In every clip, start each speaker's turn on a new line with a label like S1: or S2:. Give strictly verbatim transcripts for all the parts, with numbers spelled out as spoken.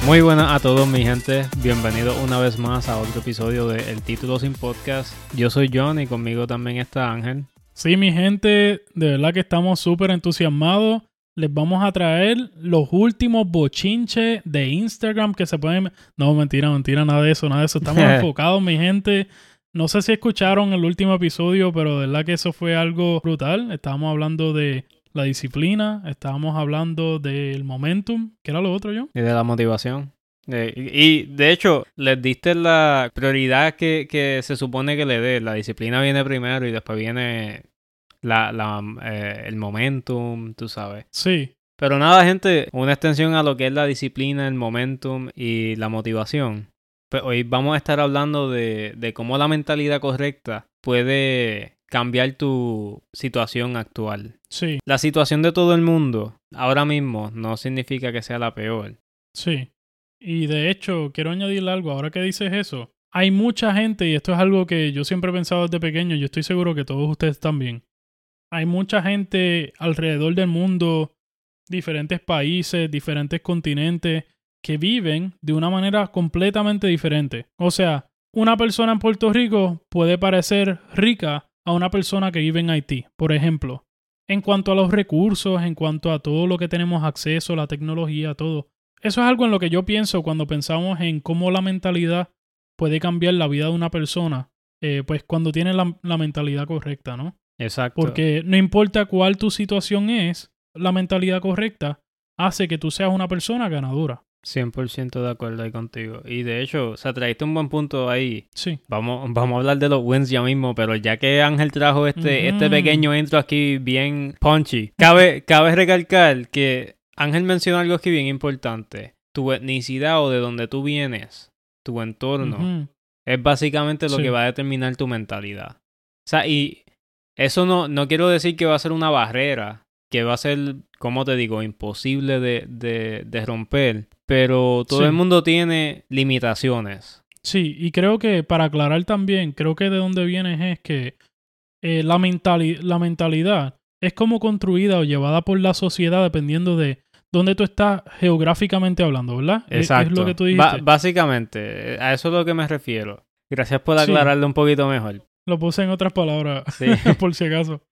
S1: Muy buenas a todos mi gente, bienvenidos una vez más a otro episodio de El Título Sin Podcast. Yo soy John y conmigo también está Ángel.
S2: Sí, mi gente, de verdad que estamos súper entusiasmados. Les vamos a traer los últimos bochinches de Instagram que se pueden... No, mentira, mentira, nada de eso, nada de eso. Estamos enfocados, mi gente. No sé si escucharon el último episodio, pero de verdad que eso fue algo brutal. Estábamos hablando de la disciplina, estábamos hablando del momentum. ¿Qué era lo otro, yo?
S1: Y de la motivación. Eh, y, y de hecho, les diste la prioridad que, que se supone que le dé. La disciplina viene primero y después viene la, la, eh, el momentum, tú sabes.
S2: Sí.
S1: Pero nada, gente, una extensión a lo que es la disciplina, el momentum y la motivación. Pues hoy vamos a estar hablando de, de cómo la mentalidad correcta puede cambiar tu situación actual.
S2: Sí.
S1: La situación de todo el mundo ahora mismo no significa que sea la peor.
S2: Sí. Y de hecho, quiero añadirle algo. Ahora que dices eso, hay mucha gente, y esto es algo que yo siempre he pensado desde pequeño, yo estoy seguro que todos ustedes también. Hay mucha gente alrededor del mundo, diferentes países, diferentes continentes, que viven de una manera completamente diferente. O sea, una persona en Puerto Rico puede parecer rica a una persona que vive en Haití, por ejemplo. En cuanto a los recursos, en cuanto a todo lo que tenemos acceso, la tecnología, todo. Eso es algo en lo que yo pienso cuando pensamos en cómo la mentalidad puede cambiar la vida de una persona, eh, pues cuando tiene la, la mentalidad correcta, ¿no?
S1: Exacto.
S2: Porque no importa cuál tu situación es, la mentalidad correcta hace que tú seas una persona ganadora.
S1: cien por ciento de acuerdo ahí contigo. Y de hecho, o sea, trajiste un buen punto ahí.
S2: Sí.
S1: Vamos, vamos a hablar de los wins ya mismo, pero ya que Ángel trajo este, uh-huh. este pequeño intro aquí bien punchy, cabe, cabe recalcar que Ángel mencionó algo aquí bien importante. Tu etnicidad o de donde tú vienes, tu entorno, uh-huh. es básicamente lo
S2: sí.
S1: que va a determinar tu mentalidad. O sea, y eso no, no quiero decir que va a ser una barrera, que va a ser, como te digo, imposible de, de, de romper. Pero todo sí. el mundo tiene limitaciones.
S2: Sí, y creo que para aclarar también, creo que de dónde vienes es que eh, la, mentali- la mentalidad es como construida o llevada por la sociedad dependiendo de dónde tú estás geográficamente hablando, ¿verdad?
S1: Exacto.
S2: Es lo que tú dijiste.
S1: Ba- básicamente, a eso es a lo que me refiero. Gracias por aclararlo sí. un poquito mejor.
S2: Lo puse en otras palabras, sí. por si acaso.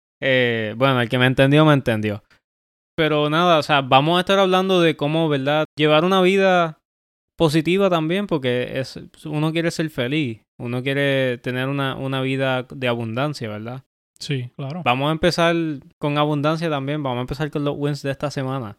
S1: Eh, bueno, el que me entendió, me entendió. Pero nada, o sea, vamos a estar hablando de cómo, ¿verdad? Llevar una vida positiva también, porque es, uno quiere ser feliz. Uno quiere tener una, una vida de abundancia, ¿verdad?
S2: Sí, claro.
S1: Vamos a empezar con abundancia también. Vamos a empezar con los wins de esta semana.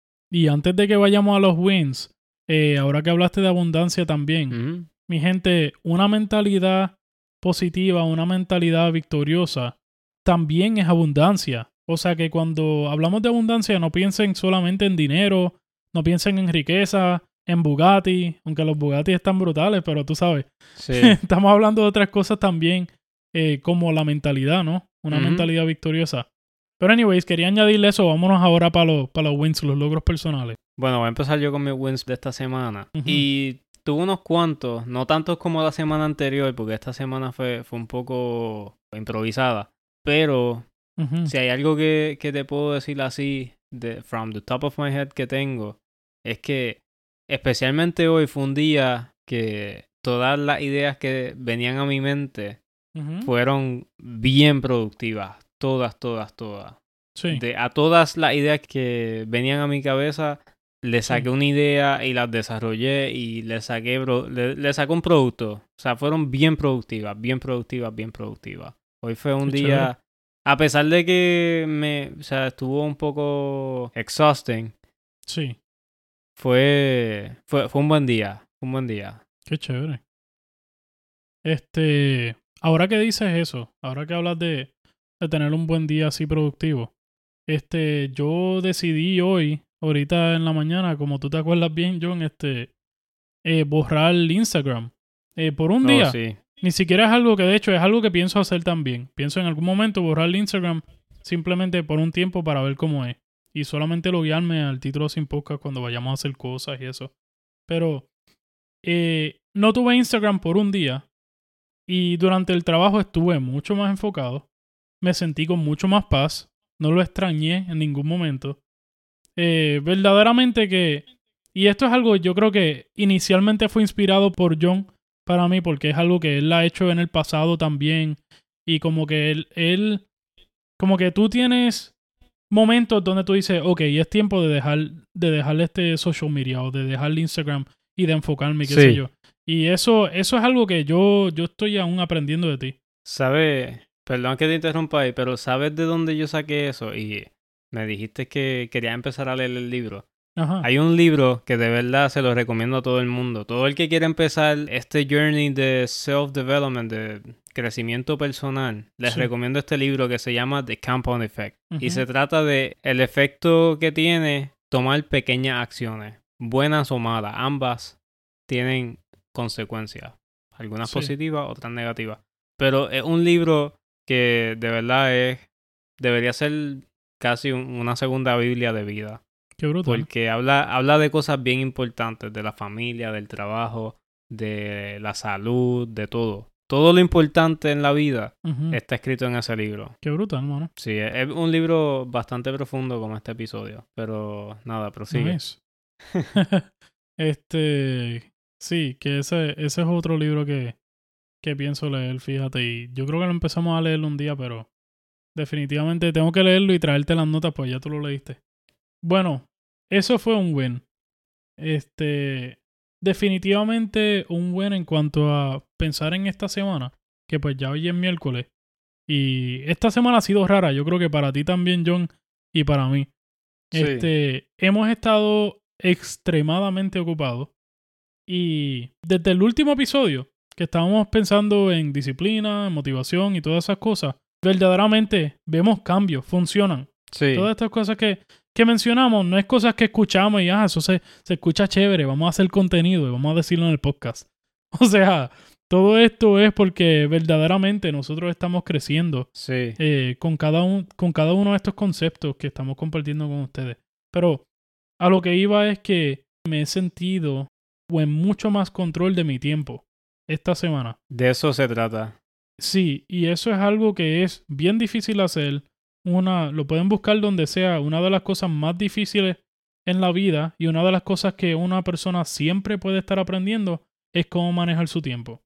S2: Y antes de que vayamos a los wins, eh, ahora que hablaste de abundancia también, uh-huh. mi gente, una mentalidad positiva, una mentalidad victoriosa, también es abundancia. O sea que cuando hablamos de abundancia no piensen solamente en dinero, no piensen en riqueza, en Bugatti, aunque los Bugatti están brutales, pero tú sabes.
S1: Sí.
S2: Estamos hablando de otras cosas también, eh, como la mentalidad, ¿no? Una uh-huh. mentalidad victoriosa. Pero anyways, quería añadirle eso. Vámonos ahora para los, para los wins, los logros personales.
S1: Bueno, voy a empezar yo con mis wins de esta semana.
S2: Uh-huh.
S1: Y tuve unos cuantos, no tantos como la semana anterior, porque esta semana fue, fue un poco improvisada. Pero...
S2: Uh-huh.
S1: si hay algo que, que te puedo decir así, de, from the top of my head que tengo, es que especialmente hoy fue un día que todas las ideas que venían a mi mente uh-huh. fueron bien productivas. Todas, todas, todas.
S2: Sí.
S1: De, a todas las ideas que venían a mi cabeza, le saqué sí. una idea y las desarrollé y le saqué, bro, le, le saqué un producto. O sea, fueron bien productivas, bien productivas, bien productivas. Hoy fue un
S2: Qué
S1: día...
S2: chévere.
S1: A pesar de que me, o sea, estuvo un poco exhausting.
S2: Sí.
S1: Fue, fue, fue un buen día, fue un buen día.
S2: Qué chévere. Este, ahora que dices eso, ahora que hablas de, de tener un buen día así productivo, este, yo decidí hoy, ahorita en la mañana, como tú te acuerdas bien, John, este, eh, borrar el Instagram eh, por un
S1: Oh,
S2: día.
S1: sí.
S2: Ni siquiera es algo que, de hecho, es algo que pienso hacer también. Pienso en algún momento borrar el Instagram simplemente por un tiempo para ver cómo es. Y solamente loguearme al título sin podcast cuando vayamos a hacer cosas y eso. Pero eh, no tuve Instagram por un día. Y durante el trabajo estuve mucho más enfocado. Me sentí con mucho más paz. No lo extrañé en ningún momento. Eh, verdaderamente que Y esto es algo, yo creo que inicialmente fue inspirado por John para mí, porque es algo que él ha hecho en el pasado también. Y como que él, él como que tú tienes momentos donde tú dices, ok, es tiempo de dejar, de dejar este social media o de dejar el Instagram y de enfocarme, qué
S1: Sí.
S2: sé yo. Y eso, eso es algo que yo, yo estoy aún aprendiendo de ti.
S1: ¿Sabes? Perdón que te interrumpa ahí, pero ¿sabes de dónde yo saqué eso? Y me dijiste que querías empezar a leer el libro.
S2: Ajá.
S1: Hay un libro que de verdad se lo recomiendo a todo el mundo. Todo el que quiera empezar este journey de self-development, de crecimiento personal, les
S2: Sí.
S1: recomiendo este libro que se llama The Compound Effect. Y
S2: Ujú.
S1: se trata de el efecto que tiene tomar pequeñas acciones, buenas o malas. Ambas tienen consecuencias. Algunas
S2: Sí.
S1: positivas, otras negativas. Pero es un libro que de verdad es, debería ser casi un- una segunda Biblia de vida.
S2: Qué brutal.
S1: Porque habla, habla de cosas bien importantes, de la familia, del trabajo, de la salud, de todo. Todo lo importante en la vida
S2: Ujú.
S1: está escrito en ese libro.
S2: Qué brutal, mano.
S1: Sí, es es un libro bastante profundo como este episodio. Pero nada, prosigue.
S2: Nice. Este, sí, que ese, ese es otro libro que, que pienso leer, fíjate. Y yo creo que lo empezamos a leer un día, pero definitivamente tengo que leerlo y traerte las notas, pues ya tú lo leíste. Bueno, eso fue un win. Este, definitivamente un win en cuanto a pensar en esta semana, que pues ya hoy es miércoles. Y esta semana ha sido rara, yo creo que para ti también, John, y para mí.
S1: Sí.
S2: Este, hemos estado extremadamente ocupados y desde el último episodio que estábamos pensando en disciplina, motivación y todas esas cosas, verdaderamente vemos cambios, funcionan.
S1: Sí.
S2: Todas estas cosas que, que mencionamos no es cosas que escuchamos y ah, eso se, se escucha chévere, vamos a hacer contenido y vamos a decirlo en el podcast. O sea, todo esto es porque verdaderamente nosotros estamos creciendo
S1: Sí.
S2: eh, con, cada un, con cada uno de estos conceptos que estamos compartiendo con ustedes. Pero a lo que iba es que me he sentido o en mucho más control de mi tiempo esta semana.
S1: De eso se trata.
S2: Sí, y eso es algo que es bien difícil hacer. Una, lo pueden buscar donde sea. Una de las cosas más difíciles en la vida y una de las cosas que una persona siempre puede estar aprendiendo es cómo manejar su tiempo.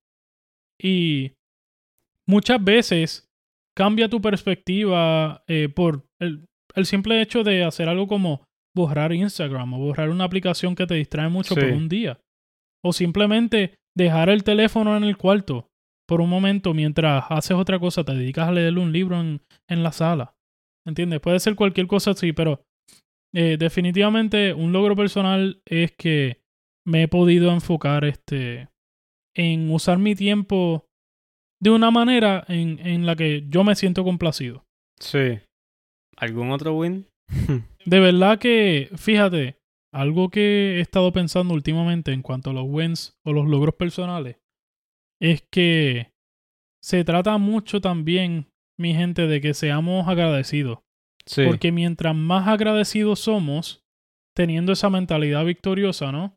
S2: Y muchas veces cambia tu perspectiva eh, por el, el simple hecho de hacer algo como borrar Instagram o borrar una aplicación que te distrae mucho
S1: Sí.
S2: por un día. O simplemente dejar el teléfono en el cuarto por un momento mientras haces otra cosa, te dedicas a leer un libro en, en la sala. ¿Entiendes? Puede ser cualquier cosa así, pero eh, definitivamente un logro personal es que me he podido enfocar este, en usar mi tiempo de una manera en, en la que yo me siento complacido.
S1: Sí. ¿Algún otro win?
S2: De verdad que, fíjate, algo que he estado pensando últimamente en cuanto a los wins o los logros personales es que se trata mucho también, mi gente, de que seamos agradecidos.
S1: Sí.
S2: Porque mientras más agradecidos somos, teniendo esa mentalidad victoriosa, ¿no?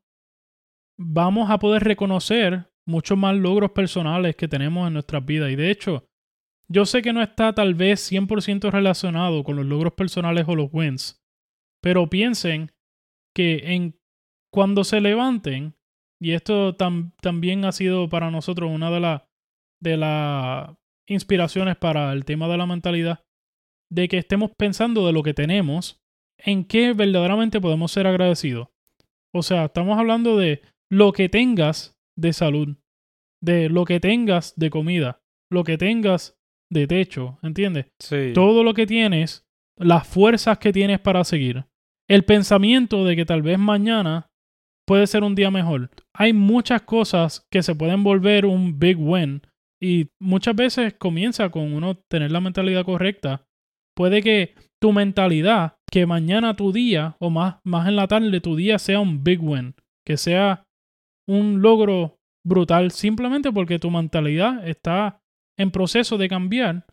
S2: Vamos a poder reconocer muchos más logros personales que tenemos en nuestras vidas. Y de hecho, yo sé que no está tal vez cien por ciento relacionado con los logros personales o los wins, pero piensen que en cuando se levanten, y esto tam, también ha sido para nosotros una de las de las inspiraciones para el tema de la mentalidad, de que estemos pensando de lo que tenemos, en qué verdaderamente podemos ser agradecidos. O sea, estamos hablando de lo que tengas de salud, de lo que tengas de comida, lo que tengas de techo, ¿entiendes?
S1: Sí.
S2: Todo lo que tienes, las fuerzas que tienes para seguir, el pensamiento de que tal vez mañana puede ser un día mejor. Hay muchas cosas que se pueden volver un big win y muchas veces comienza con uno tener la mentalidad correcta. Puede que tu mentalidad, que mañana tu día o más, más en la tarde tu día sea un big win, que sea un logro brutal simplemente porque tu mentalidad está en proceso de cambiar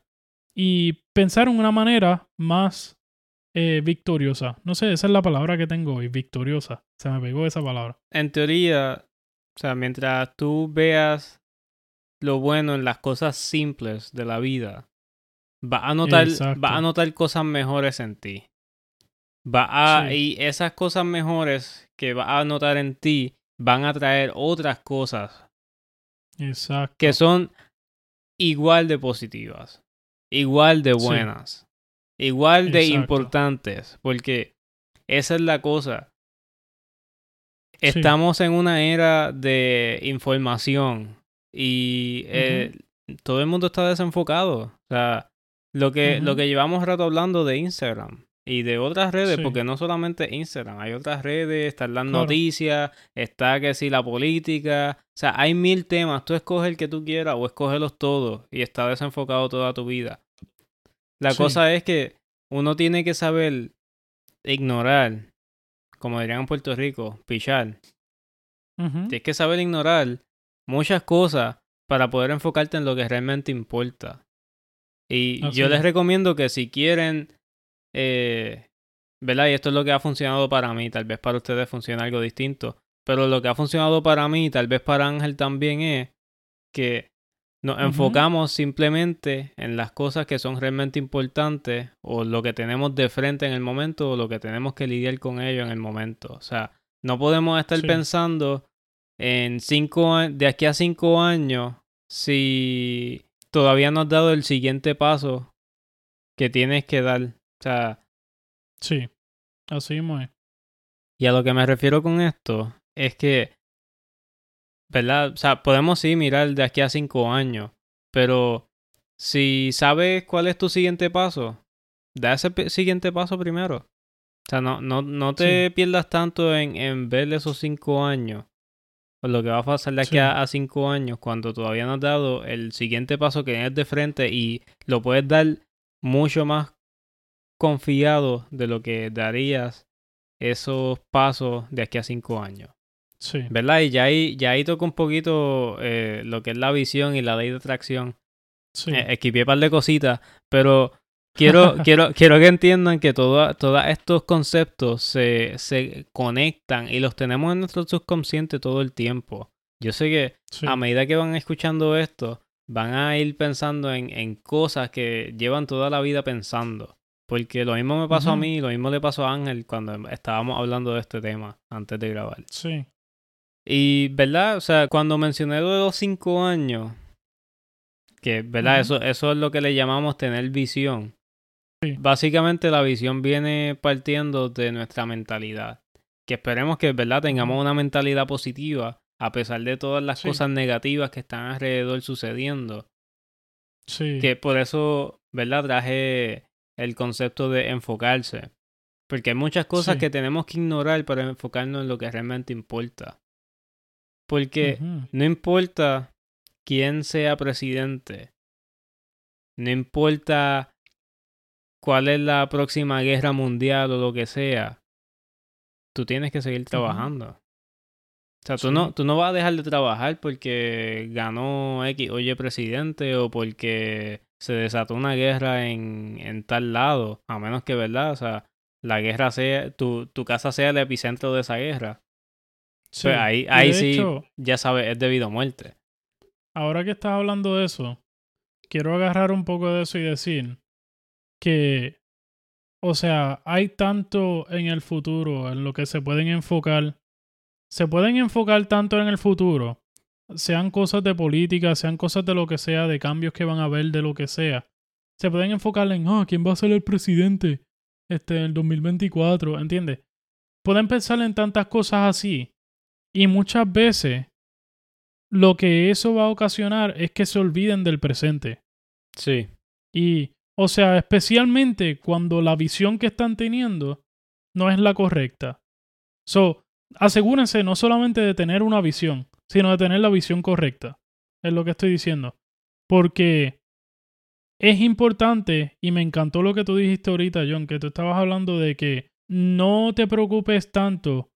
S2: y pensar en una manera más eh, victoriosa. No sé, esa es la palabra que tengo hoy, victoriosa. Se me pegó esa palabra.
S1: En teoría, o sea, mientras tú veas lo bueno en las cosas simples de la vida, vas a notar,
S2: Exacto.
S1: vas a notar cosas mejores en ti. Va a,
S2: Sí.
S1: y esas cosas mejores que vas a notar en ti van a traer otras cosas
S2: Exacto.
S1: que son igual de positivas, igual de
S2: Sí.
S1: buenas, igual de
S2: Exacto.
S1: importantes, porque esa es la cosa.
S2: Sí.
S1: Estamos en una era de información y eh, todo el mundo está desenfocado. O sea, lo que,
S2: Ujú.
S1: lo que llevamos rato hablando de Instagram y de otras redes,
S2: Sí.
S1: porque no solamente Instagram, hay otras redes, están las
S2: Claro.
S1: noticias, está que si la política, o sea, hay mil temas, tú escoges el que tú quieras o escógelos todos y está desenfocado toda tu vida. La
S2: Sí.
S1: cosa es que uno tiene que saber ignorar, como dirían en Puerto Rico, pichar.
S2: Ujú.
S1: Tienes que saber ignorar muchas cosas para poder enfocarte en lo que realmente importa. Y
S2: Así
S1: yo les
S2: es.
S1: recomiendo que si quieren, eh, ¿verdad? Y esto es lo que ha funcionado para mí, tal vez para ustedes funcione algo distinto, pero lo que ha funcionado para mí, tal vez para Ángel también es que nos
S2: Ujú.
S1: enfocamos simplemente en las cosas que son realmente importantes o lo que tenemos de frente en el momento o lo que tenemos que lidiar con ello en el momento. O sea, no podemos estar
S2: Sí.
S1: pensando en cinco a- de aquí a cinco años si todavía no has dado el siguiente paso que tienes que dar. O sea,
S2: Sí. Así mismo es.
S1: y a lo que me refiero con esto es que, ¿verdad? O sea, podemos sí mirar de aquí a cinco años, pero si sabes cuál es tu siguiente paso, da ese pe- siguiente paso primero. O sea, no, no, no te
S2: Sí.
S1: pierdas tanto en, en ver esos cinco años, o lo que va a pasar de aquí
S2: Sí.
S1: a, a cinco años, cuando todavía no has dado el siguiente paso que tienes de frente y lo puedes dar mucho más confiado de lo que darías esos pasos de aquí a cinco años.
S2: Sí.
S1: ¿Verdad? Y ya ahí, ya ahí toco un poquito eh, lo que es la visión y la ley de atracción.
S2: Sí.
S1: Eh, esquivé un par de cositas, pero quiero, quiero, quiero que entiendan que todo- todos estos conceptos se, se conectan y los tenemos en nuestro subconsciente todo el tiempo. Yo sé que
S2: Sí.
S1: a medida que van escuchando esto, van a ir pensando en, en cosas que llevan toda la vida pensando. Porque lo mismo me pasó a
S2: Ujú.
S1: mí, lo mismo le pasó a Ángel cuando estábamos hablando de este tema antes de grabar.
S2: Sí.
S1: Y, ¿verdad? O sea, cuando mencioné lo de los cinco años, que, ¿verdad?
S2: Ujú.
S1: Eso, eso es lo que le llamamos tener visión.
S2: Sí.
S1: Básicamente la visión viene partiendo de nuestra mentalidad. Que esperemos que, ¿verdad? Tengamos
S2: Ujú.
S1: una mentalidad positiva a pesar de todas las
S2: Sí.
S1: cosas negativas que están alrededor sucediendo.
S2: Sí.
S1: Que por eso, ¿verdad? Traje el concepto de enfocarse. Porque hay muchas cosas
S2: Sí.
S1: que tenemos que ignorar para enfocarnos en lo que realmente importa. Porque
S2: Ujú.
S1: no importa quién sea presidente, no importa cuál es la próxima guerra mundial o lo que sea, tú tienes que seguir
S2: Ujú.
S1: trabajando. O sea, tú
S2: Sí.
S1: no, tú no vas a dejar de trabajar porque ganó X o Y presidente o porque se desató una guerra en, en tal lado, a menos que, ¿verdad? O sea, la guerra sea, tu, tu casa sea el epicentro de esa guerra. Pues
S2: Sí.
S1: ahí,
S2: Y
S1: ahí
S2: de
S1: sí,
S2: hecho,
S1: ya sabes, es debido a muerte.
S2: ahora que estás hablando de eso, quiero agarrar un poco de eso y decir que, o sea, hay tanto en el futuro en lo que se pueden enfocar. Se pueden enfocar tanto en el futuro, sean cosas de política, sean cosas de lo que sea, de cambios que van a haber, de lo que sea. Se pueden enfocar en, ah, ¿quién va a ser el presidente este, en el dos mil veinticuatro? ¿Entiendes? Pueden pensar en tantas cosas así. Y muchas veces lo que eso va a ocasionar es que se olviden del presente.
S1: Sí,
S2: Y, o sea, especialmente cuando la visión que están teniendo no es la correcta. So, asegúrense no solamente de tener una visión, sino de tener la visión correcta. Es lo que estoy diciendo. Porque es importante, y me encantó lo que tú dijiste ahorita, John, que tú estabas hablando de que no te preocupes tanto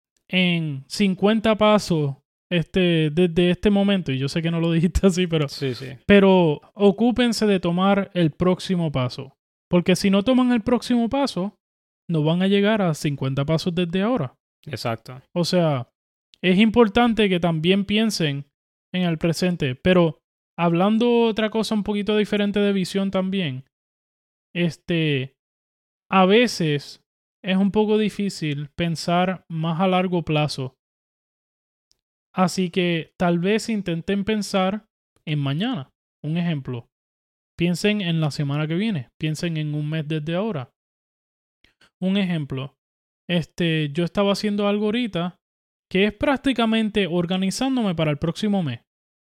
S2: en cincuenta pasos este, desde este momento, y yo sé que no lo dijiste así, pero,
S1: sí, sí.
S2: pero ocúpense de tomar el próximo paso. Porque si no toman el próximo paso, no van a llegar a cincuenta pasos desde ahora.
S1: Exacto.
S2: O sea, es importante que también piensen en el presente, pero hablando otra cosa un poquito diferente de visión también, este, a veces es un poco difícil pensar más a largo plazo. Así que tal vez intenten pensar en mañana. Un ejemplo. Piensen en la semana que viene. Piensen en un mes desde ahora. Un ejemplo. Este, yo estaba haciendo algo ahorita que es prácticamente organizándome para el próximo mes.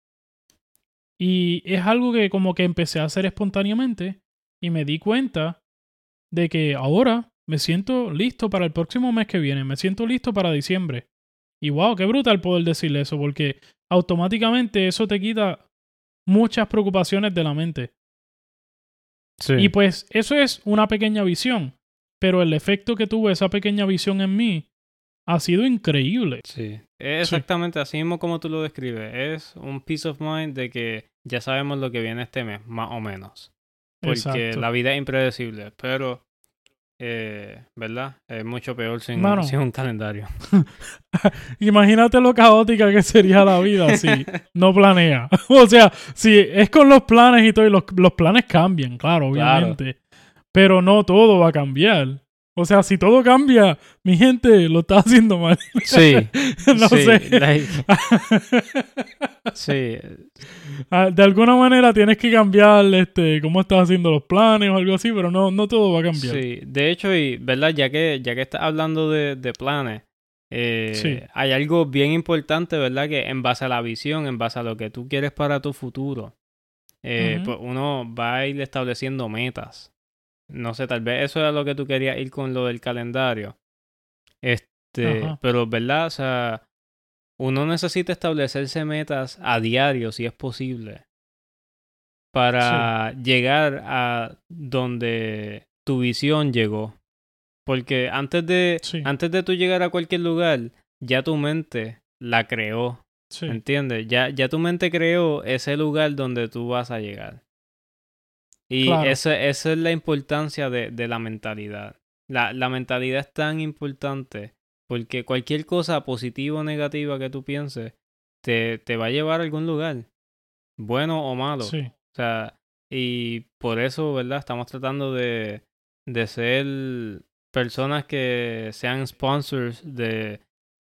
S2: Y es algo que como que empecé a hacer espontáneamente y me di cuenta de que ahora me siento listo para el próximo mes que viene. Me siento listo para diciembre. Y wow, qué brutal poder decirle eso, porque automáticamente eso te quita muchas preocupaciones de la mente.
S1: Sí.
S2: Y pues eso es una pequeña visión, pero el efecto que tuvo esa pequeña visión en mí ha sido increíble.
S1: Sí, es exactamente sí. Así mismo como tú lo describes. Es un peace of mind de que ya sabemos lo que viene este mes, más o menos. Porque Exacto. La vida es impredecible, pero, eh, ¿verdad? Es mucho peor sin, Mano, sin un calendario.
S2: Imagínate lo caótica que sería la vida si no planea. O sea, si es con los planes y todo, y los, los planes cambian, claro, obviamente. Claro. Pero no todo va a cambiar. O sea, si todo cambia, mi gente lo está haciendo mal.
S1: Sí.
S2: no
S1: sí,
S2: sé.
S1: Like... sí.
S2: De alguna manera tienes que cambiar este, cómo estás haciendo los planes o algo así, pero no, no todo va a cambiar.
S1: Sí, de hecho, y verdad, ya que, ya que estás hablando de, de planes, eh, sí. hay algo bien importante, ¿verdad? Que en base a la visión, en base a lo que tú quieres para tu futuro, eh, uh-huh. pues uno va a ir estableciendo metas. No sé, tal vez eso era lo que tú querías ir con lo del calendario. Este, Ajá. Pero, ¿verdad? O sea, uno necesita establecerse metas a diario, si es posible, para sí. llegar a donde tu visión llegó. Porque antes de, sí. antes de tú llegar a cualquier lugar, ya tu mente la creó. Sí. ¿Entiendes? Ya, ya tu mente creó ese lugar donde tú vas a llegar. Y claro. esa, esa es la importancia de, de la mentalidad. La, la mentalidad es tan importante porque cualquier cosa positiva o negativa que tú pienses te, te va a llevar a algún lugar, bueno o malo.
S2: Sí.
S1: O sea, y por eso, ¿verdad? Estamos tratando de, de ser personas que sean sponsors de,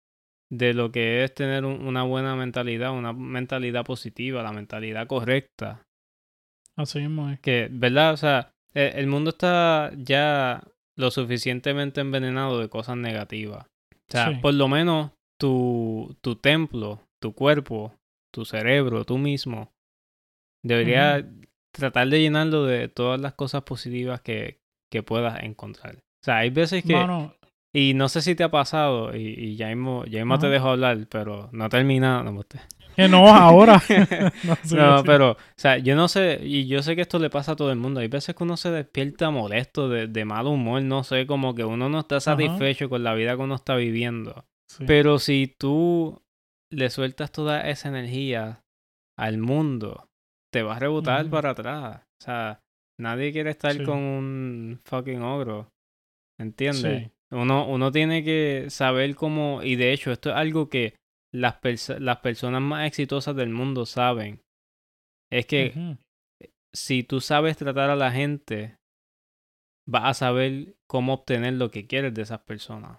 S1: de lo que es tener un, una buena mentalidad, una mentalidad positiva, la mentalidad correcta.
S2: Así mismo es.
S1: Que, ¿verdad? O sea, el mundo está ya lo suficientemente envenenado de cosas negativas. O sea, sí. por lo menos tu, tu templo, tu cuerpo, tu cerebro, tú mismo, debería uh-huh. tratar de llenarlo de todas las cosas positivas que, que puedas encontrar. O sea, hay veces que...
S2: Mano.
S1: Y no sé si te ha pasado, y, y ya mismo, ya mismo uh-huh. te dejo hablar, pero no he terminado. No, usted.
S2: Que no, ahora.
S1: no, sé no pero, o sea, yo no sé, y yo sé que esto le pasa a todo el mundo. Hay veces que uno se despierta molesto, de, de mal humor, no sé, como que uno no está satisfecho uh-huh. con la vida que uno está viviendo. Sí. Pero si tú le sueltas toda esa energía al mundo, te vas a rebotar uh-huh. para atrás. O sea, nadie quiere estar sí. con un fucking ogro. ¿Entiendes? Sí. Uno, uno tiene que saber cómo, y de hecho, esto es algo que Las, perso- las personas más exitosas del mundo saben. Es que uh-huh. si tú sabes tratar a la gente, vas a saber cómo obtener lo que quieres de esas personas.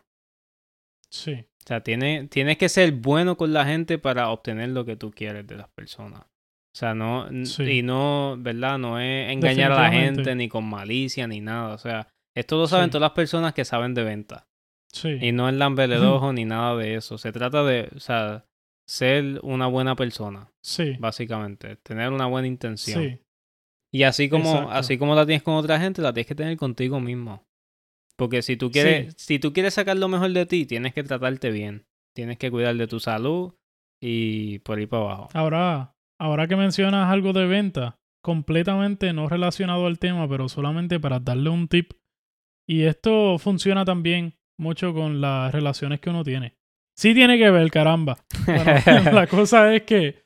S2: Sí.
S1: O sea, tiene, tienes que ser bueno con la gente para obtener lo que tú quieres de las personas. O sea, no, sí. y no, ¿verdad? No es engañar a la gente, ni con malicia, ni nada. O sea, esto lo saben sí. todas las personas que saben de venta.
S2: Sí.
S1: Y no es lambeledojo ni nada de eso. Se trata de, o sea, ser una buena persona.
S2: Sí.
S1: Básicamente. Tener una buena intención.
S2: Sí.
S1: Y así como,
S2: Exacto.
S1: así como la tienes con otra gente, la tienes que tener contigo mismo. Porque si tú quieres, sí. si tú quieres sacar lo mejor de ti, tienes que tratarte bien. Tienes que cuidar de tu salud y por ahí para abajo.
S2: Ahora, ahora que mencionas algo de venta, completamente no relacionado al tema, pero solamente para darle un tip. Y esto funciona también mucho con las relaciones que uno tiene. Sí tiene que ver, caramba. Bueno, la cosa es que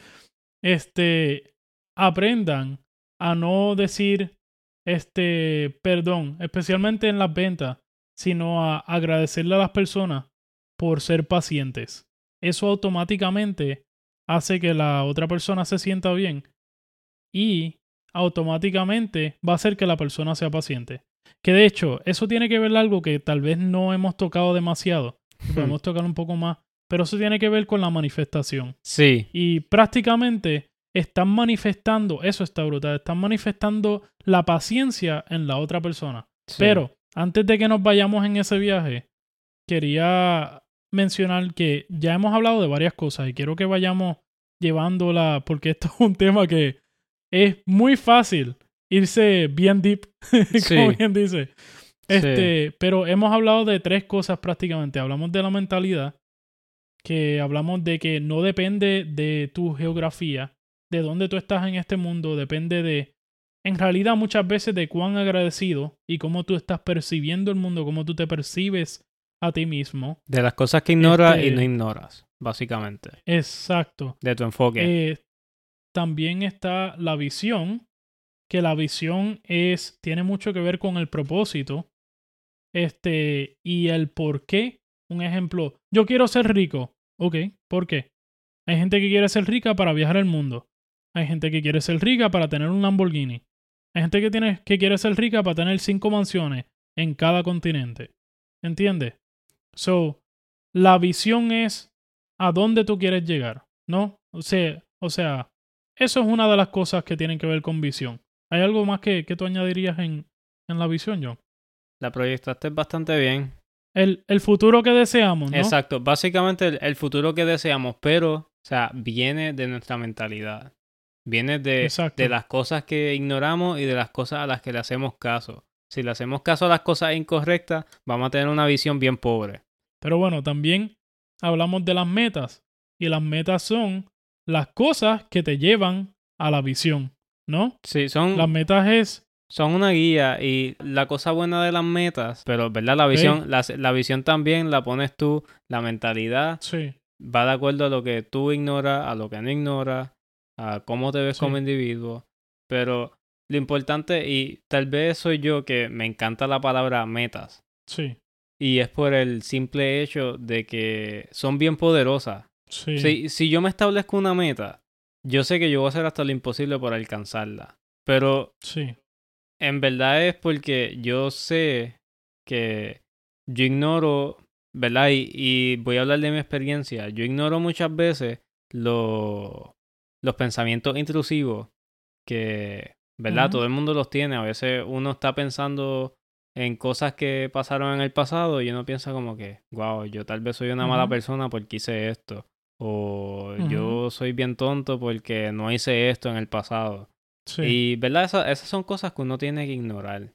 S2: este, aprendan a no decir este, perdón, especialmente en las ventas, sino a agradecerle a las personas por ser pacientes. Eso automáticamente hace que la otra persona se sienta bien y automáticamente va a hacer que la persona sea paciente. Que de hecho, eso tiene que ver algo que tal vez no hemos tocado demasiado. Podemos tocar un poco más. Pero eso tiene que ver con la manifestación.
S1: Sí.
S2: Y prácticamente están manifestando, eso está brutal, están manifestando la paciencia en la otra persona.
S1: Sí.
S2: Pero antes de que nos vayamos en ese viaje, quería mencionar que ya hemos hablado de varias cosas y quiero que vayamos llevándola, porque esto es un tema que es muy fácil irse bien deep, como
S1: Sí.
S2: bien dice. Este, sí. Pero hemos hablado de tres cosas prácticamente. Hablamos de la mentalidad, que hablamos de que no depende de tu geografía, de dónde tú estás en este mundo, depende de, en realidad muchas veces, de cuán agradecido y cómo tú estás percibiendo el mundo, cómo tú te percibes a ti mismo.
S1: De las cosas que ignoras
S2: este,
S1: y no ignoras, básicamente.
S2: Exacto.
S1: De tu enfoque.
S2: Eh, también está la visión, que la visión es, tiene mucho que ver con el propósito, este, y el por qué. Un ejemplo, yo quiero ser rico. Ok, ¿por qué? Hay gente que quiere ser rica para viajar el mundo. Hay gente que quiere ser rica para tener un Lamborghini. Hay gente que, tiene, que quiere ser rica para tener cinco mansiones en cada continente. ¿Entiendes? So, la visión es a dónde tú quieres llegar, ¿no? O sea, o sea, eso es una de las cosas que tienen que ver con visión. ¿Hay algo más que, que tú añadirías en, en la visión, John?
S1: La proyectaste bastante bien.
S2: El, el futuro que deseamos, ¿no?
S1: Exacto. Básicamente el, el futuro que deseamos, pero, o sea, viene de nuestra mentalidad. Viene de, de las cosas que ignoramos y de las cosas a las que le hacemos caso. Si le hacemos caso a las cosas incorrectas, vamos a tener una visión bien pobre.
S2: Pero bueno, también hablamos de las metas. Y las metas son las cosas que te llevan a la visión, ¿no?
S1: Sí, son...
S2: Las metas es...
S1: Son una guía y la cosa buena de las metas, pero ¿verdad? La visión,
S2: Sí.
S1: la, la visión también la pones tú, la mentalidad
S2: Sí.
S1: va de acuerdo a lo que tú ignoras, a lo que no ignoras, a cómo te ves
S2: Sí.
S1: como individuo. Pero lo importante, y tal vez soy yo que me encanta la palabra metas.
S2: Sí.
S1: Y es por el simple hecho de que son bien poderosas.
S2: Sí.
S1: Si, si yo me establezco una meta, yo sé que yo voy a hacer hasta lo imposible por alcanzarla. Pero...
S2: Sí.
S1: En verdad es porque yo sé que yo ignoro, ¿verdad? Y, y voy a hablar de mi experiencia. Yo ignoro muchas veces lo, los pensamientos intrusivos que, ¿verdad?
S2: Uh-huh.
S1: Todo el mundo los tiene. A veces uno está pensando en cosas que pasaron en el pasado y uno piensa como que, wow, yo tal vez soy una uh-huh. mala persona porque hice esto. O uh-huh. yo soy bien tonto porque no hice esto en el pasado. Sí. Y, ¿verdad? Esas, esas son cosas que uno tiene que ignorar.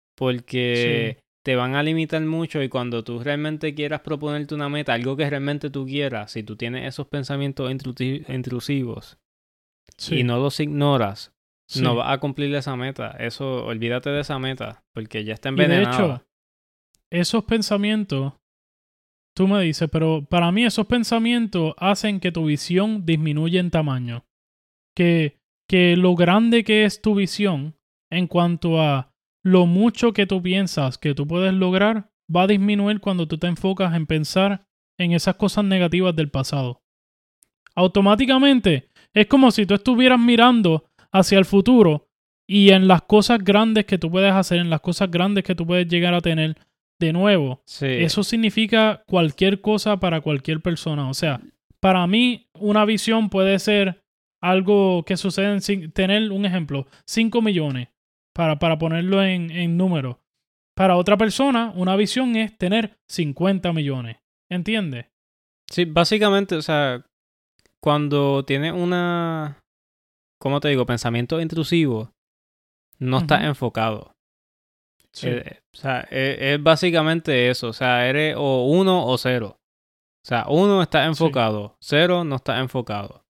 S1: Porque sí. te van a limitar mucho y cuando tú realmente quieras proponerte una meta, algo que realmente tú quieras, si tú tienes esos pensamientos intrusivos sí. y no los ignoras, sí. no vas a cumplir esa meta. Eso, olvídate de esa meta, porque ya está envenenada.
S2: Y de hecho, esos pensamientos, tú me dices, pero para mí esos pensamientos hacen que tu visión disminuya en tamaño. Que... que lo grande que es tu visión en cuanto a lo mucho que tú piensas que tú puedes lograr va a disminuir cuando tú te enfocas en pensar en esas cosas negativas del pasado. Automáticamente es como si tú estuvieras mirando hacia el futuro y en las cosas grandes que tú puedes hacer, en las cosas grandes que tú puedes llegar a tener de nuevo.
S1: Sí.
S2: Eso significa cualquier cosa para cualquier persona. O sea, para mí una visión puede ser algo que sucede en tener, un ejemplo, cinco millones, para, para ponerlo en, en número. Para otra persona, una visión es tener cincuenta millones. ¿Entiendes?
S1: Sí, básicamente, o sea, cuando tienes una, ¿cómo te digo? Pensamiento intrusivo, no uh-huh. estás enfocado.
S2: Sí.
S1: Eh, o sea, es, es básicamente eso. O sea, eres o uno o cero. O sea, uno está enfocado, sí. cero no está enfocado.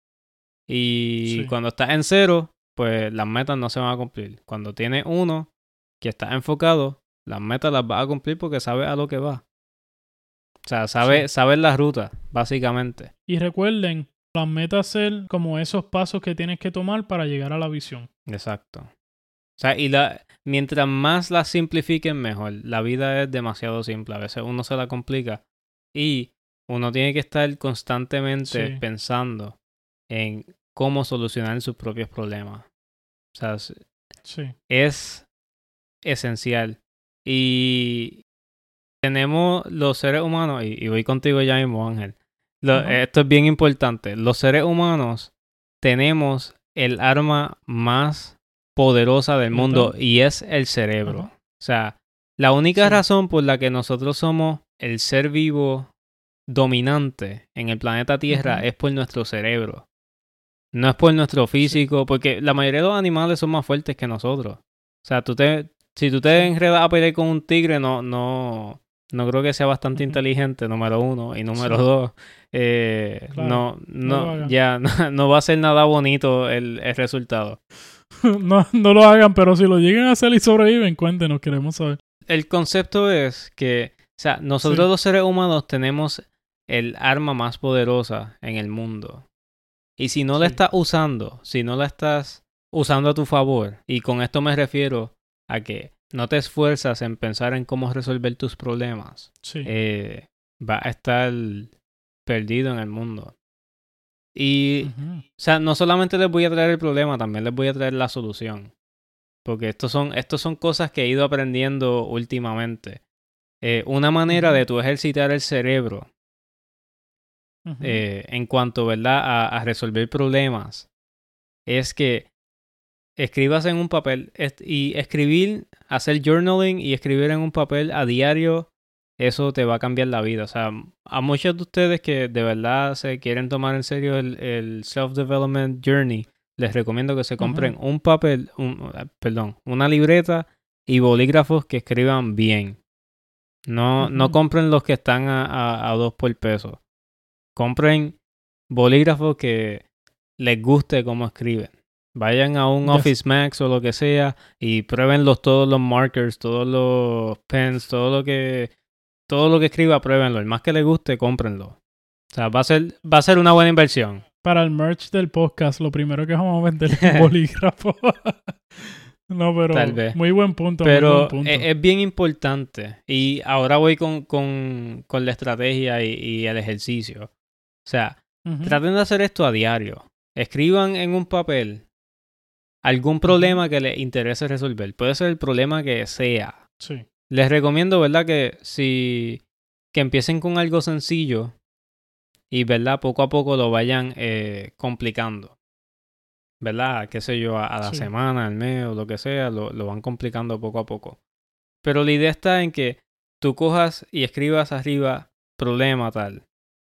S1: Y sí. cuando estás en cero, pues las metas no se van a cumplir. Cuando tienes uno que está enfocado, las metas las vas a cumplir porque sabes a lo que va. O sea, sabes, sí. sabes la ruta, básicamente.
S2: Y recuerden, las metas ser como esos pasos que tienes que tomar para llegar a la visión.
S1: Exacto. O sea, y la, mientras más las simplifiquen, mejor. La vida es demasiado simple. A veces uno se la complica. Y uno tiene que estar constantemente sí. pensando en cómo solucionar sus propios problemas. O sea,
S2: sí.
S1: es esencial. Y tenemos los seres humanos, y, y voy contigo ya mismo, Ángel. Lo,
S2: Uh-huh.
S1: Esto es bien importante. Los seres humanos tenemos el arma más poderosa del mundo
S2: Letal.
S1: y es el cerebro.
S2: Uh-huh.
S1: O sea, la única
S2: Sí.
S1: razón por la que nosotros somos el ser vivo dominante en el planeta Tierra
S2: Uh-huh.
S1: es por nuestro cerebro. No es por nuestro físico,
S2: Sí.
S1: porque la mayoría de los animales son más fuertes que nosotros. O sea, tú te, si tú te
S2: Sí.
S1: enredas a pelear con un tigre, no, no, no creo que sea bastante
S2: Uh-huh.
S1: inteligente, número uno. Y número
S2: Sí.
S1: dos, eh,
S2: Claro.
S1: no,
S2: No lo
S1: no,
S2: hagan.
S1: ya, no, no va a ser nada bonito el, el resultado.
S2: no, no lo hagan, pero si lo llegan a hacer y sobreviven, cuéntenos, queremos saber.
S1: El concepto es que, o sea, nosotros
S2: Sí.
S1: los seres humanos tenemos el arma más poderosa en el mundo. Y si no la
S2: Sí.
S1: estás usando, si no la estás usando a tu favor, y con esto me refiero a que no te esfuerzas en pensar en cómo resolver tus problemas,
S2: Sí.
S1: eh, vas a estar perdido en el mundo. Y,
S2: Uh-huh.
S1: o sea, no solamente les voy a traer el problema, también les voy a traer la solución. Porque estos son, estos son cosas que he ido aprendiendo últimamente. Eh, una manera
S2: Uh-huh.
S1: de tu ejercitar el cerebro
S2: Uh-huh.
S1: eh, en cuanto, ¿verdad?, a, a resolver problemas es que escribas en un papel est- y escribir, hacer journaling y escribir en un papel a diario, eso te va a cambiar la vida. O sea, a muchos de ustedes que de verdad se quieren tomar en serio el, el self-development journey, les recomiendo que se compren
S2: Uh-huh.
S1: un papel, un, perdón, una libreta y bolígrafos que escriban bien. No,
S2: Uh-huh.
S1: no compren los que están a, a, a dos por peso. Compren bolígrafos que les guste cómo escriben. Vayan a un
S2: Ya sé.
S1: Office Max o lo que sea y pruébenlos todos los markers, todos los pens, todo lo que todo lo que escriba, pruébenlo. El más que les guste, cómprenlo. O sea, va a ser va a ser una buena inversión.
S2: Para el merch del podcast, lo primero que vamos a vender es un bolígrafo. No, pero
S1: Tal vez.
S2: muy buen punto, muy buen
S1: Pero
S2: punto.
S1: es, es bien importante. Y ahora voy con, con, con la estrategia y, y el ejercicio. O sea,
S2: Uh-huh.
S1: traten de hacer esto a diario. Escriban en un papel algún problema que les interese resolver. Puede ser el problema que sea.
S2: Sí.
S1: Les recomiendo, ¿verdad? Que si que empiecen con algo sencillo y, ¿verdad? Poco a poco lo vayan eh, complicando. ¿Verdad? Qué sé yo, a, a la
S2: Sí.
S1: semana, al mes o lo que sea, lo, lo van complicando poco a poco. Pero la idea está en que tú cojas y escribas arriba problema tal.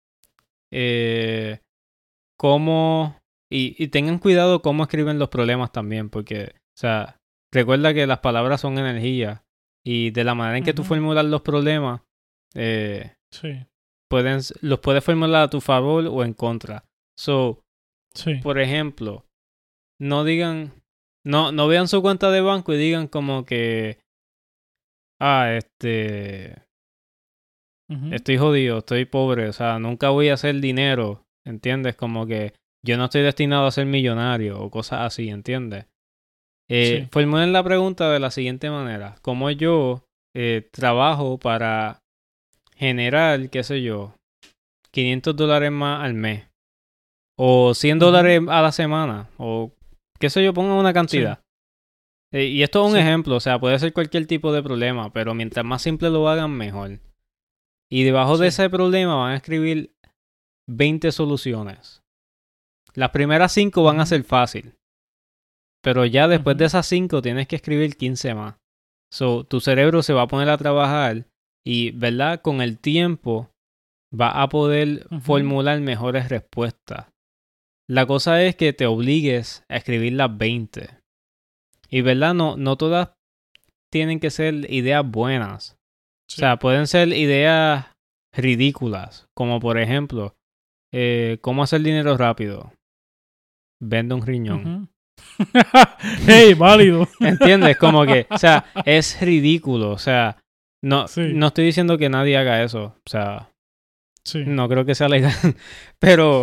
S1: Eh, cómo... Y, y tengan cuidado cómo escriben los problemas también, porque, o sea, recuerda que las palabras son energía y de la manera en que tú
S2: Uh-huh.
S1: formulas los problemas, eh,
S2: Sí.
S1: pueden, los puedes formular a tu favor o en contra. So,
S2: Sí.
S1: por ejemplo, no digan, no, no vean su cuenta de banco y digan como que, ah, este,
S2: Uh-huh.
S1: estoy jodido, estoy pobre, o sea, nunca voy a hacer dinero, ¿entiendes? Como que yo no estoy destinado a ser millonario o cosas así, ¿entiendes? Eh,
S2: Sí.
S1: formulen la pregunta de la siguiente manera. ¿Cómo yo eh, trabajo para generar, qué sé yo, quinientos dólares más al mes? O cien
S2: Uh-huh.
S1: dólares a la semana? O qué sé yo, pongan una cantidad.
S2: Sí.
S1: Eh, y esto es un
S2: Sí.
S1: ejemplo, o sea, puede ser cualquier tipo de problema, pero mientras más simple lo hagan, mejor. Y debajo de
S2: Sí.
S1: ese problema van a escribir veinte soluciones. Las primeras cinco van a
S2: Uh-huh.
S1: ser fácil. Pero ya después
S2: Uh-huh.
S1: de esas cinco tienes que escribir quince más. So, tu cerebro se va a poner a trabajar y, ¿verdad? Con el tiempo va a poder
S2: Uh-huh.
S1: formular mejores respuestas. La cosa es que te obligues a escribir las veinte. Y, ¿verdad? No, no todas tienen que ser ideas buenas.
S2: Sí.
S1: O sea, pueden ser ideas ridículas. Como por ejemplo, eh, ¿cómo hacer dinero rápido? Vende un riñón.
S2: Uh-huh. Hey, válido.
S1: ¿Entiendes? Como que, o sea, es ridículo. O sea, no,
S2: Sí.
S1: no estoy diciendo que nadie haga eso. O sea,
S2: Sí.
S1: no creo que sea legal. Pero,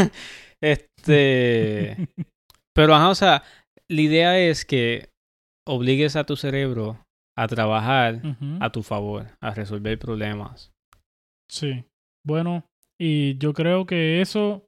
S1: este, pero, ajá, o sea, la idea es que obligues a tu cerebro a trabajar
S2: Uh-huh.
S1: a tu favor, a resolver problemas.
S2: Sí. Bueno, y yo creo que eso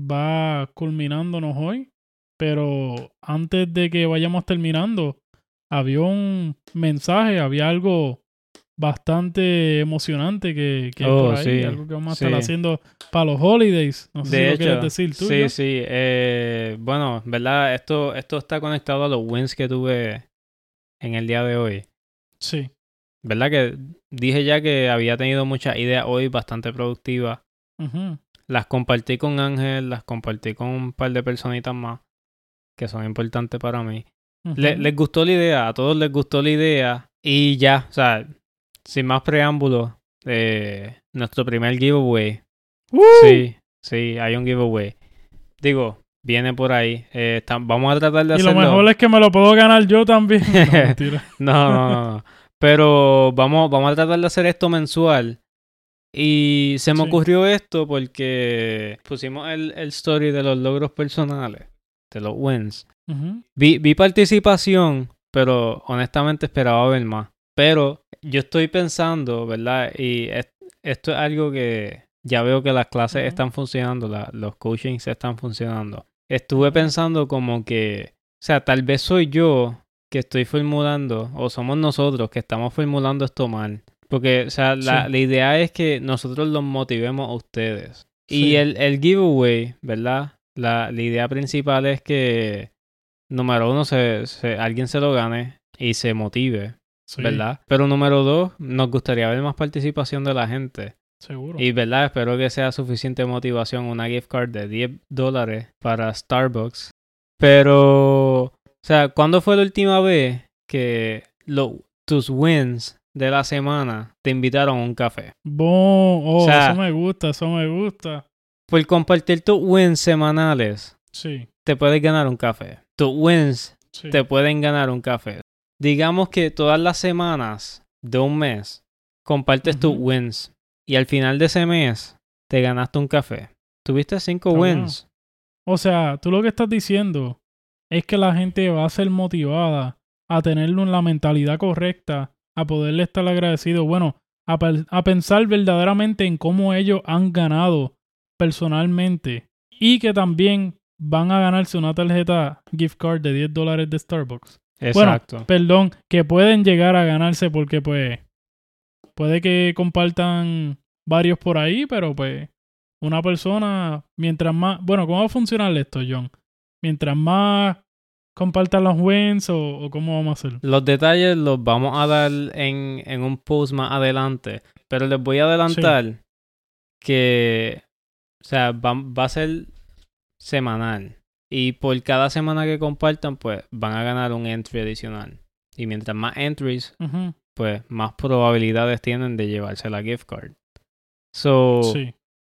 S2: va culminándonos hoy. Pero antes de que vayamos terminando, había un mensaje, había algo bastante emocionante que, que
S1: Oh,
S2: por ahí,
S1: sí,
S2: algo que vamos a
S1: sí.
S2: estar haciendo para los holidays. No sé
S1: De
S2: si lo
S1: hecho,
S2: quieres decir tú.
S1: sí,
S2: John.
S1: sí. Eh, bueno, ¿verdad? Esto, esto está conectado a los wins que tuve en el día de hoy.
S2: Sí.
S1: ¿Verdad? Que dije ya que había tenido muchas ideas hoy bastante productivas.
S2: Uh-huh.
S1: Las compartí con Ángel, las compartí con un par de personitas más que son importantes para mí.
S2: Uh-huh.
S1: Le, les gustó la idea, a todos les gustó la idea. Y ya, o sea, sin más preámbulos, eh, nuestro primer giveaway.
S2: ¡Woo!
S1: Sí, sí, hay un giveaway. Digo, viene por ahí. Eh, está, vamos a tratar de
S2: y
S1: hacerlo.
S2: lo mejor es que me lo puedo ganar yo también. No, mentira.
S1: no, no, no, no. Pero vamos, vamos a tratar de hacer esto mensual. Y se me
S2: Sí.
S1: ocurrió esto porque pusimos el, el story de los logros personales, de los wins.
S2: Uh-huh.
S1: Vi, vi participación, pero honestamente esperaba ver más. Pero yo estoy pensando, ¿verdad? Y es, esto es algo que ya veo que las clases
S2: Uh-huh.
S1: están funcionando, la, los coachings están funcionando. Estuve
S2: Uh-huh.
S1: pensando como que, o sea, tal vez soy yo que estoy formulando, o somos nosotros que estamos formulando esto mal. Porque, o sea, la,
S2: Sí.
S1: la idea es que nosotros los motivemos a ustedes. Y
S2: Sí.
S1: el, el giveaway, ¿verdad? La, la idea principal es que, número uno, se, se, alguien se lo gane y se motive,
S2: Sí.
S1: ¿verdad? Pero número dos, nos gustaría ver más participación de la gente.
S2: Seguro.
S1: Y, ¿verdad? Espero que sea suficiente motivación una gift card de diez dólares para Starbucks. Pero, o sea, ¿cuándo fue la última vez que lo, tus wins de la semana te invitaron a un café?
S2: Bon, oh,
S1: O sea,
S2: eso me gusta, eso me gusta.
S1: Por compartir tus wins semanales,
S2: Sí.
S1: te puedes ganar un café. Tus wins
S2: Sí.
S1: te pueden ganar un café. Digamos que todas las semanas de un mes compartes
S2: Uh-huh.
S1: tus wins y al final de ese mes te ganaste un café. Tuviste cinco
S2: Está
S1: wins.
S2: bueno. O sea, tú lo que estás diciendo es que la gente va a ser motivada a tener la mentalidad correcta, a poderle estar agradecido, bueno, a, a pensar verdaderamente en cómo ellos han ganado personalmente y que también van a ganarse una tarjeta gift card de diez dólares de Starbucks.
S1: Exacto.
S2: Bueno, perdón, que pueden llegar a ganarse porque pues puede que compartan varios por ahí, pero pues una persona, mientras más... Bueno, ¿cómo va a funcionar esto, John? Mientras más compartan los wins o, o cómo vamos a hacer.
S1: Los detalles los vamos a dar en, en un post más adelante, pero les voy a adelantar sí. que, o sea, va, va a ser semanal. Y por cada semana que compartan, pues van a ganar un entry adicional. Y mientras más entries, uh-huh. pues más probabilidades tienen de llevarse la gift card. So,
S2: sí.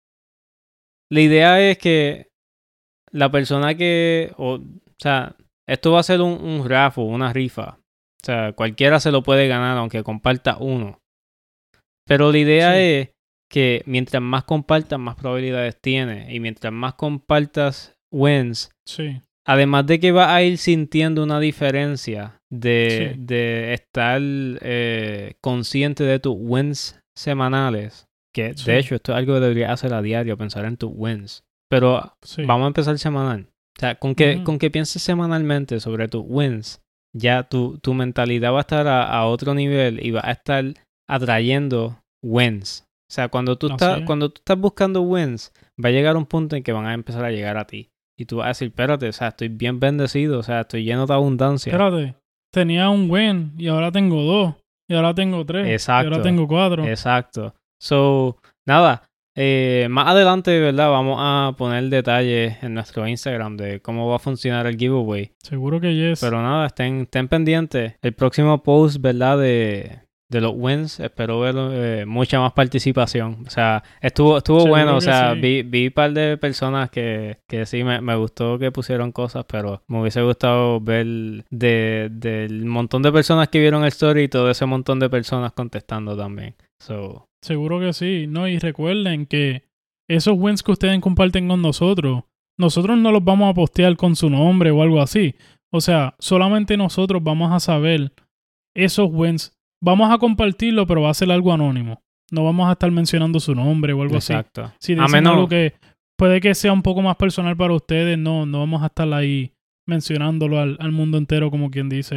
S1: La idea es que la persona que, o, o sea, esto va a ser un, un raffle, una rifa. O sea, cualquiera se lo puede ganar aunque comparta uno. Pero la idea sí. es que mientras más compartas, más probabilidades tiene. Y mientras más compartas wins,
S2: sí.
S1: además de que vas a ir sintiendo una diferencia de, sí. de estar eh, consciente de tus wins semanales. Que sí. de hecho esto es algo que deberías hacer a diario, pensar en tus wins. Pero sí. vamos a empezar semanal. O sea, con que, uh-huh. con que pienses semanalmente sobre tus wins, ya tu, tu mentalidad va a estar a, a otro nivel y va a estar atrayendo wins. O sea, cuando tú, estás, cuando tú estás buscando wins, va a llegar un punto en que van a empezar a llegar a ti. Y tú vas a decir, espérate, o sea, estoy bien bendecido, o sea, estoy lleno de abundancia.
S2: Espérate, tenía un win y ahora tengo dos, y ahora tengo tres,
S1: Exacto.
S2: y ahora tengo cuatro.
S1: Exacto. So, nada, eh, más adelante, ¿verdad? Vamos a poner detalles en nuestro Instagram de cómo va a funcionar el giveaway.
S2: Seguro que yes.
S1: Pero nada, estén, estén pendientes. El próximo post, ¿verdad? De, de los wins, espero ver eh, mucha más participación. O sea, estuvo estuvo Seguro bueno. O sea, sí. vi, vi un par de personas que, que sí me, me gustó que pusieron cosas, pero me hubiese gustado ver de, del montón de personas que vieron el story y todo ese montón de personas contestando también. So,
S2: Seguro que sí, ¿no? Y recuerden que esos wins que ustedes comparten con nosotros, nosotros no los vamos a postear con su nombre o algo así. O sea, solamente nosotros vamos a saber esos wins. Vamos a compartirlo, pero va a ser algo anónimo. No vamos a estar mencionando su nombre o algo
S1: Exacto.
S2: así. Si dicen a menos... algo que puede que sea un poco más personal para ustedes, no, no vamos a estar ahí mencionándolo al, al mundo entero, como quien dice.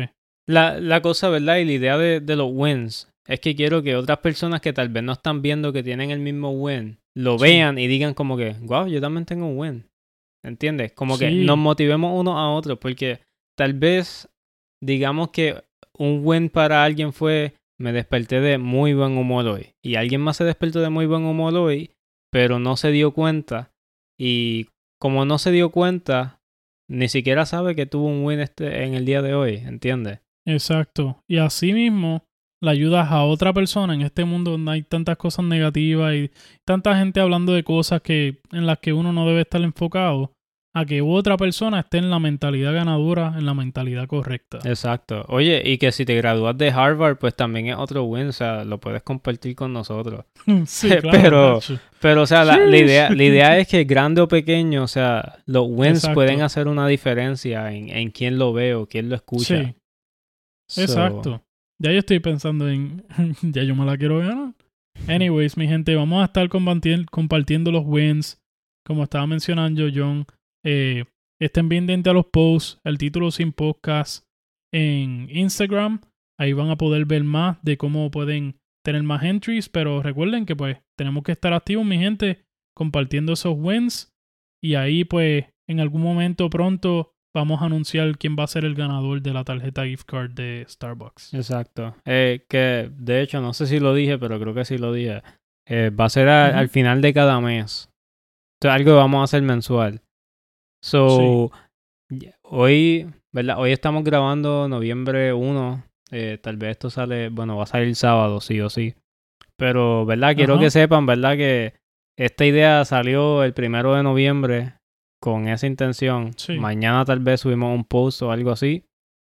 S1: La, la cosa, ¿verdad? Y la idea de, de los wins es que quiero que otras personas que tal vez no están viendo que tienen el mismo win, lo
S2: Sí.
S1: vean y digan como que, wow, yo también tengo un win. ¿Entiendes? Como que
S2: Sí.
S1: nos motivemos unos a otros, porque tal vez, digamos que un win para alguien fue, me desperté de muy buen humor hoy. Y alguien más se despertó de muy buen humor hoy, pero no se dio cuenta. Y como no se dio cuenta, ni siquiera sabe que tuvo un win este en el día de hoy, ¿entiendes?
S2: Exacto. Y así mismo le ayudas a otra persona en este mundo donde hay tantas cosas negativas y tanta gente hablando de cosas que en las que uno no debe estar enfocado, a que otra persona esté en la mentalidad ganadora, en la mentalidad correcta.
S1: Exacto. Oye, y que si te gradúas de Harvard, pues también es otro win, o sea, lo puedes compartir con nosotros.
S2: Sí, claro.
S1: Pero,
S2: macho.
S1: pero, o sea, la, la
S2: Sí.
S1: idea, la idea es que grande o pequeño, o sea, los wins
S2: Exacto.
S1: pueden hacer una diferencia en, en quién lo ve o quién lo escucha.
S2: Sí,
S1: So,
S2: exacto. Ya yo estoy pensando en, ya yo me la quiero ganar. Anyways, mi gente, vamos a estar comparti- compartiendo los wins. Como estaba mencionando John, eh, estén bien pendientes a los posts, el título sin podcast en Instagram. Ahí van a poder ver más de cómo pueden tener más entries, pero recuerden que pues tenemos que estar activos, mi gente, compartiendo esos wins. Y ahí pues en algún momento pronto vamos a anunciar quién va a ser el ganador de la tarjeta gift card de Starbucks.
S1: exacto. Eh, que de hecho, no sé si lo dije, pero creo que sí lo dije. Eh, va a ser a,
S2: Ujú.
S1: al final de cada mes. Esto es algo que vamos a hacer mensual. So, sí. Hoy, ¿verdad? Hoy estamos grabando noviembre primero. Eh, tal vez esto sale, bueno, va a salir sábado, sí o sí. Pero, ¿verdad? Quiero
S2: Ajá.
S1: que sepan, ¿verdad? Que esta idea salió el primero de noviembre con esa intención.
S2: Sí.
S1: Mañana tal vez subimos un post o algo así.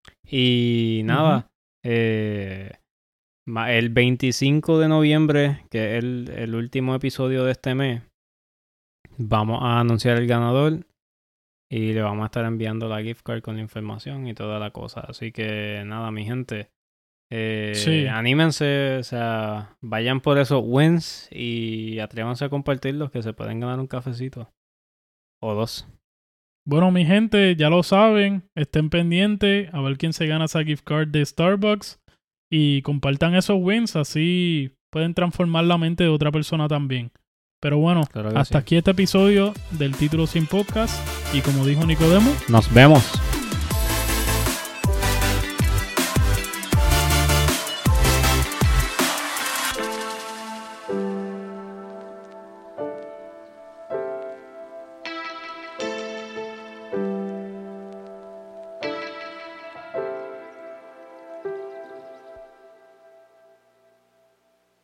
S1: Y nada,
S2: Ujú.
S1: eh, el veinticinco de noviembre, que es el, el último episodio de este mes, vamos a anunciar el ganador. Y le vamos a estar enviando la gift card con la información y toda la cosa. Así que nada, mi gente. Eh,
S2: Sí.
S1: Anímense, o sea, vayan por esos wins y atrévanse a compartirlos que se pueden ganar un cafecito. O dos.
S2: Bueno, mi gente, ya lo saben. Estén pendientes a ver quién se gana esa gift card de Starbucks. Y compartan esos wins, así pueden transformar la mente de otra persona también. Pero bueno,
S1: Claro que
S2: hasta
S1: sí.
S2: aquí este episodio del Título Sin Podcast. Y como dijo Nicodemo,
S1: Nos vemos.